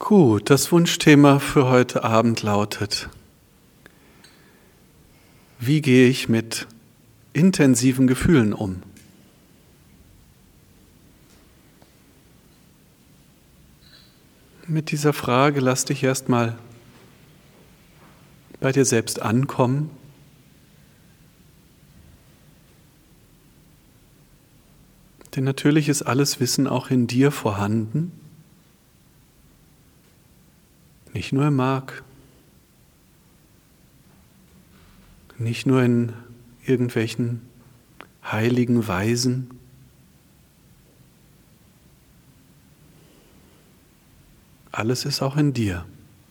Gut, das Wunschthema für heute Abend lautet: Wie gehe ich mit intensiven Gefühlen um? Mit dieser Frage lass dich erstmal bei dir selbst ankommen. Denn natürlich ist alles Wissen auch in dir vorhanden. Nicht nur im Mark, nicht nur in irgendwelchen heiligen Weisen. Alles ist auch in dir.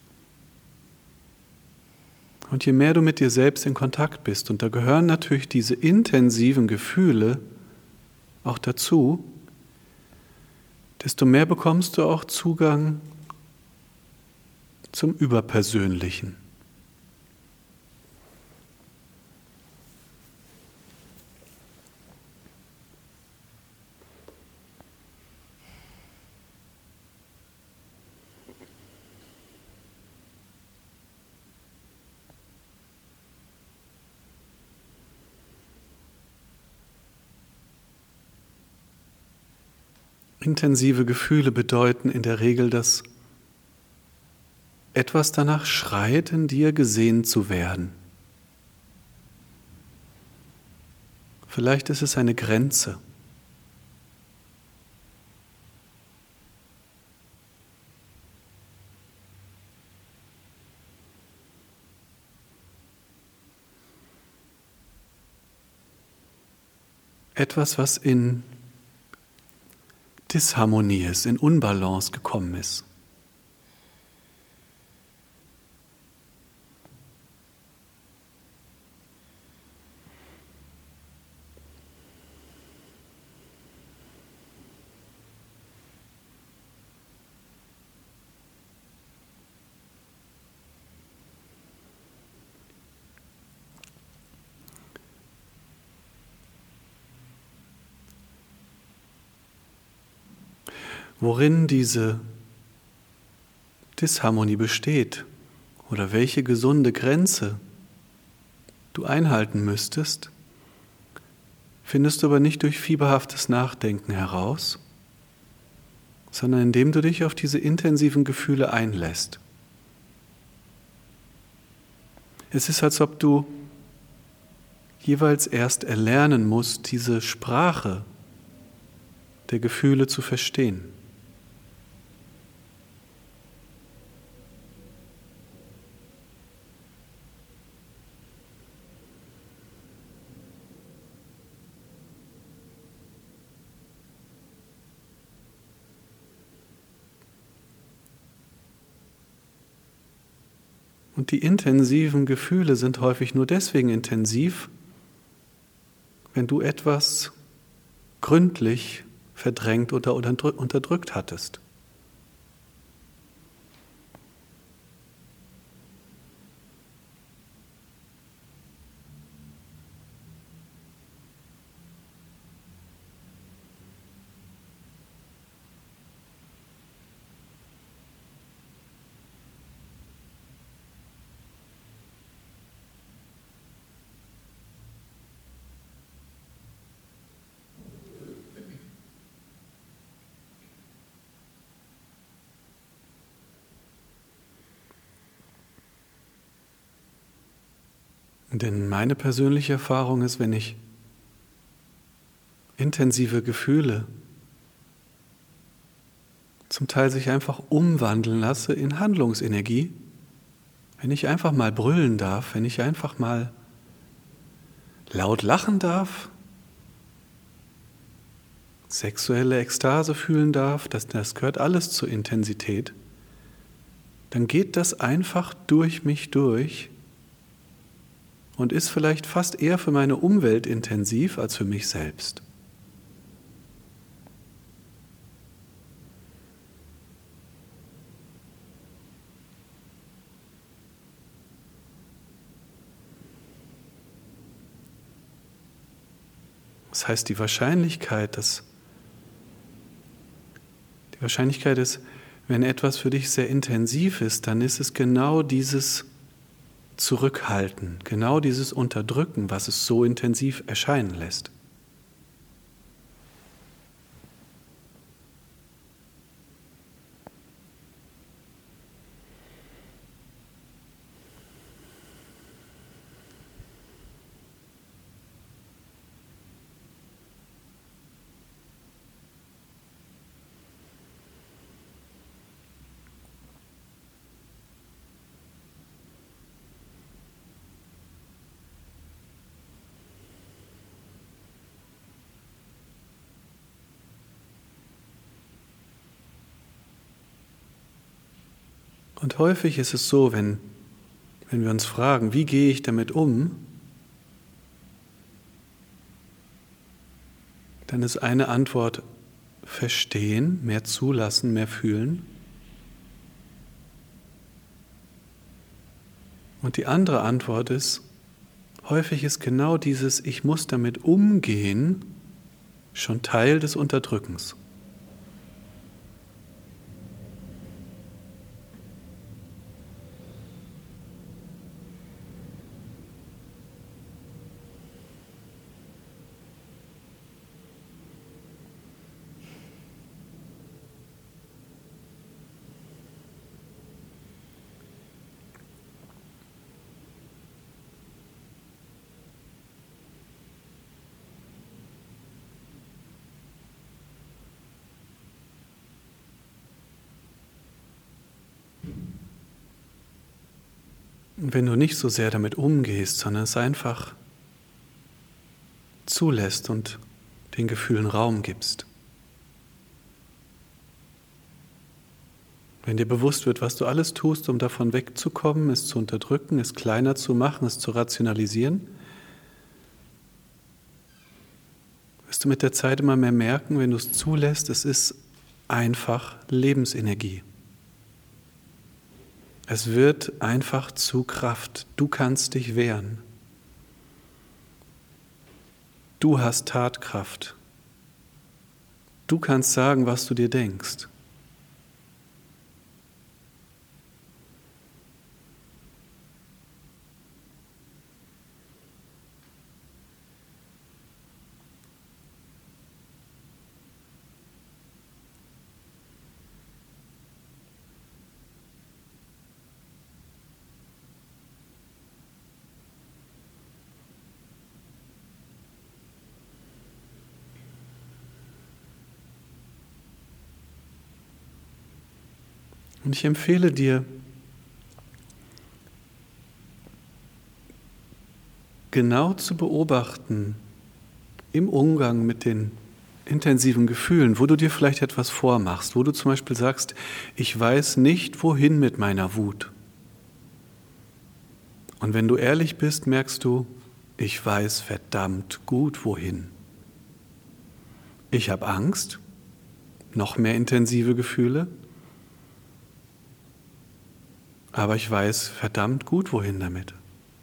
Und je mehr du mit dir selbst in Kontakt bist, und da gehören natürlich diese intensiven Gefühle auch dazu, desto mehr bekommst du auch Zugang zum Überpersönlichen. Intensive Gefühle bedeuten in der Regel, dass etwas danach schreit, in dir gesehen zu werden. Vielleicht ist es eine Grenze. Etwas, was in Disharmonie ist, in Unbalance gekommen ist. Worin diese Disharmonie besteht oder welche gesunde Grenze du einhalten müsstest, findest du aber nicht durch fieberhaftes Nachdenken heraus, sondern indem du dich auf diese intensiven Gefühle einlässt. Es ist, als ob du jeweils erst erlernen musst, diese Sprache der Gefühle zu verstehen. Und die intensiven Gefühle sind häufig nur deswegen intensiv, wenn du etwas gründlich verdrängt oder unterdrückt hattest. Denn meine persönliche Erfahrung ist, wenn ich intensive Gefühle zum Teil sich einfach umwandeln lasse in Handlungsenergie, wenn ich einfach mal brüllen darf, wenn ich einfach mal laut lachen darf, sexuelle Ekstase fühlen darf, das gehört alles zur Intensität, dann geht das einfach durch mich durch und ist vielleicht fast eher für meine Umwelt intensiv als für mich selbst. Das heißt, die Wahrscheinlichkeit ist Wenn etwas für dich sehr intensiv ist, dann ist es genau dieses Zurückhalten, genau dieses Unterdrücken, was es so intensiv erscheinen lässt. Und häufig ist es so, wenn wir uns fragen, wie gehe ich damit um, dann ist eine Antwort verstehen, mehr zulassen, mehr fühlen. Und die andere Antwort ist, häufig ist genau dieses Ich muss damit umgehen schon Teil des Unterdrückens. Und wenn du nicht so sehr damit umgehst, sondern es einfach zulässt und den Gefühlen Raum gibst. Wenn dir bewusst wird, was du alles tust, um davon wegzukommen, es zu unterdrücken, es kleiner zu machen, es zu rationalisieren, wirst du mit der Zeit immer mehr merken, wenn du es zulässt, es ist einfach Lebensenergie. Es wird einfach zu Kraft. Du kannst dich wehren. Du hast Tatkraft. Du kannst sagen, was du dir denkst. Und ich empfehle dir, genau zu beobachten im Umgang mit den intensiven Gefühlen, wo du dir vielleicht etwas vormachst, wo du zum Beispiel sagst, ich weiß nicht, wohin mit meiner Wut. Und wenn du ehrlich bist, merkst du, ich weiß verdammt gut, wohin. Ich habe Angst, noch mehr intensive Gefühle, aber ich weiß verdammt gut, wohin damit.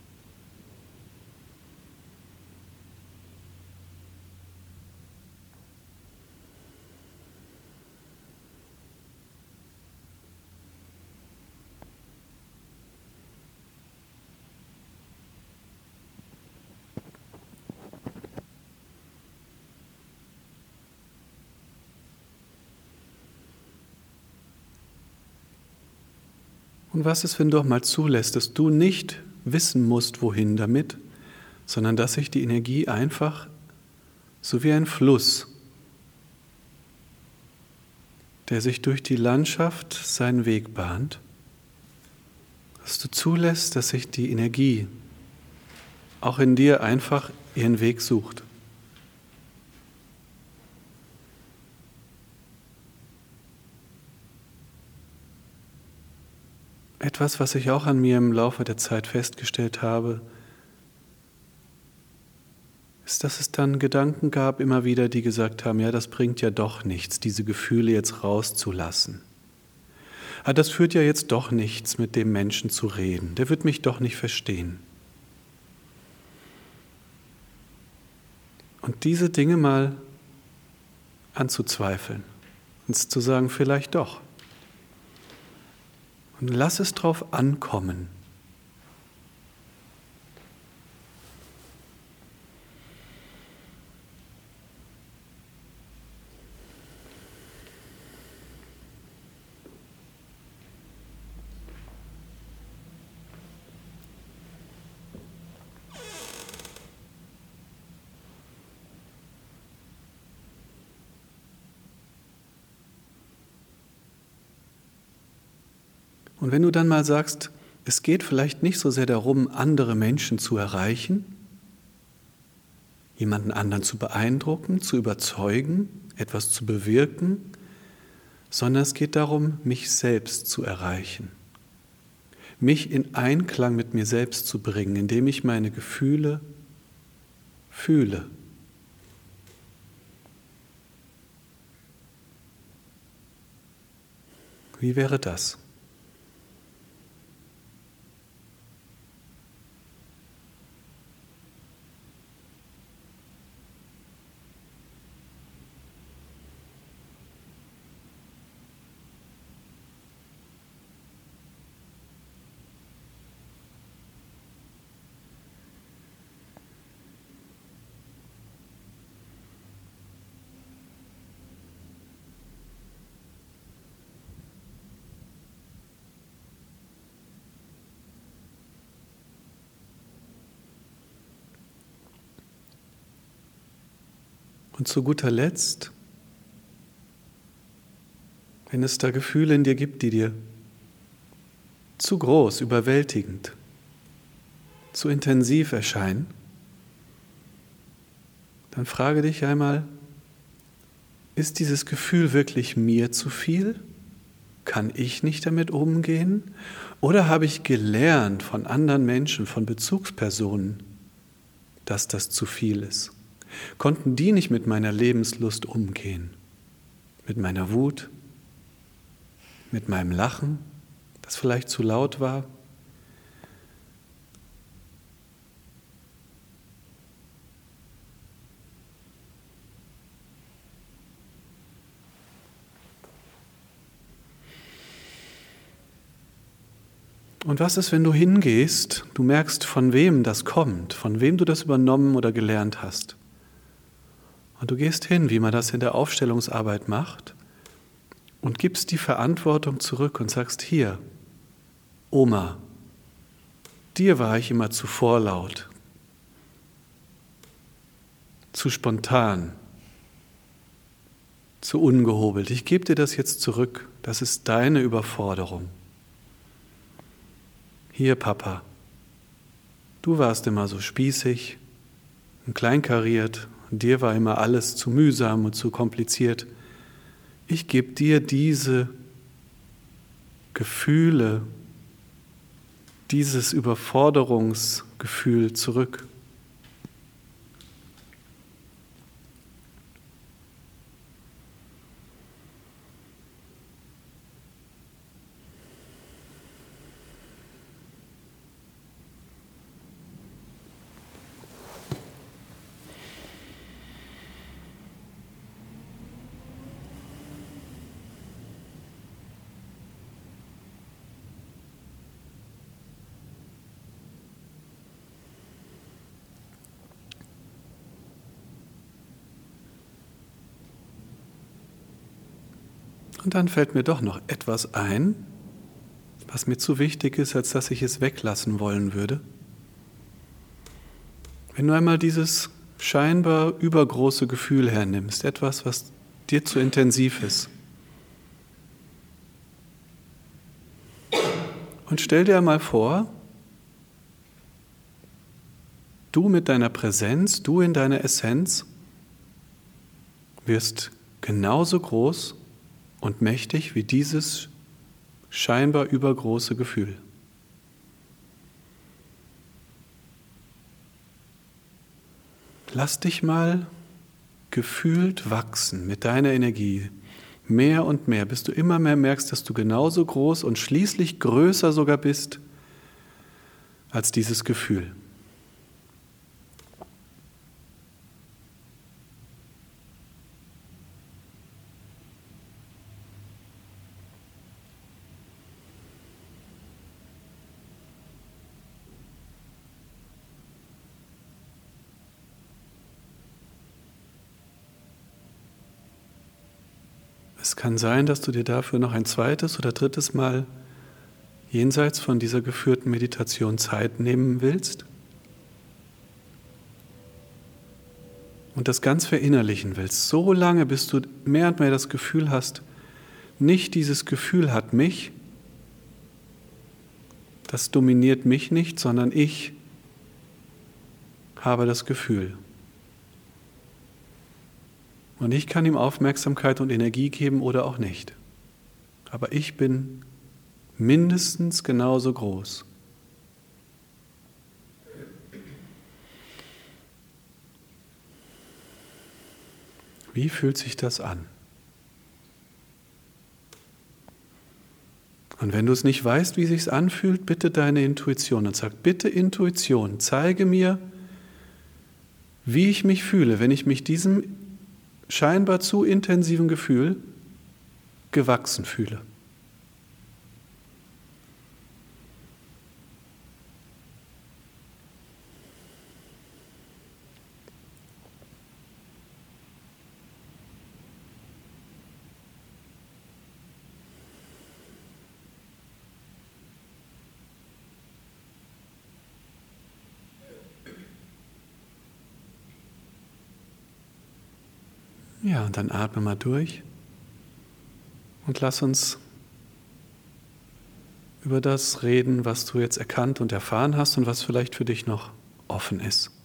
Und was ist, wenn du auch mal zulässt, dass du nicht wissen musst, wohin damit, sondern dass sich die Energie einfach so wie ein Fluss, der sich durch die Landschaft seinen Weg bahnt, dass du zulässt, dass sich die Energie auch in dir einfach ihren Weg sucht. Etwas, was ich auch an mir im Laufe der Zeit festgestellt habe, ist, dass es dann Gedanken gab, immer wieder, die gesagt haben, ja, das bringt ja doch nichts, diese Gefühle jetzt rauszulassen. Ah, das führt ja jetzt doch nichts, mit dem Menschen zu reden. Der wird mich doch nicht verstehen. Und diese Dinge mal anzuzweifeln und zu sagen, vielleicht doch. Und lass es drauf ankommen. Und wenn du dann mal sagst, es geht vielleicht nicht so sehr darum, andere Menschen zu erreichen, jemanden anderen zu beeindrucken, zu überzeugen, etwas zu bewirken, sondern es geht darum, mich selbst zu erreichen, mich in Einklang mit mir selbst zu bringen, indem ich meine Gefühle fühle. Wie wäre das? Und zu guter Letzt, wenn es da Gefühle in dir gibt, die dir zu groß, überwältigend, zu intensiv erscheinen, dann frage dich einmal, ist dieses Gefühl wirklich mir zu viel? Kann ich nicht damit umgehen? Oder habe ich gelernt von anderen Menschen, von Bezugspersonen, dass das zu viel ist? Konnten die nicht mit meiner Lebenslust umgehen? Mit meiner Wut? Mit meinem Lachen, das vielleicht zu laut war? Und was ist, wenn du hingehst, du merkst, von wem das kommt, von wem du das übernommen oder gelernt hast? Und du gehst hin, wie man das in der Aufstellungsarbeit macht, und gibst die Verantwortung zurück und sagst, hier, Oma, dir war ich immer zu vorlaut, zu spontan, zu ungehobelt. Ich gebe dir das jetzt zurück, das ist deine Überforderung. Hier, Papa, du warst immer so spießig und kleinkariert, und dir war immer alles zu mühsam und zu kompliziert. Ich gebe dir diese Gefühle, dieses Überforderungsgefühl zurück. Und dann fällt mir doch noch etwas ein, was mir zu wichtig ist, als dass ich es weglassen wollen würde. Wenn du einmal dieses scheinbar übergroße Gefühl hernimmst, etwas, was dir zu intensiv ist, und stell dir einmal vor, du mit deiner Präsenz, du in deiner Essenz wirst genauso groß und mächtig wie dieses scheinbar übergroße Gefühl. Lass dich mal gefühlt wachsen mit deiner Energie, mehr und mehr, bis du immer mehr merkst, dass du genauso groß und schließlich größer sogar bist als dieses Gefühl. Es kann sein, dass du dir dafür noch ein zweites oder drittes Mal jenseits von dieser geführten Meditation Zeit nehmen willst und das ganz verinnerlichen willst, so lange, bis du mehr und mehr das Gefühl hast, nicht dieses Gefühl hat mich, das dominiert mich nicht, sondern ich habe das Gefühl. Und ich kann ihm Aufmerksamkeit und Energie geben oder auch nicht. Aber ich bin mindestens genauso groß. Wie fühlt sich das an? Und wenn du es nicht weißt, wie es sich anfühlt, bitte deine Intuition und sag, bitte Intuition, zeige mir, wie ich mich fühle, wenn ich mich diesem scheinbar zu intensiven Gefühl gewachsen fühle. Ja, und dann atme mal durch und lass uns über das reden, was du jetzt erkannt und erfahren hast und was vielleicht für dich noch offen ist.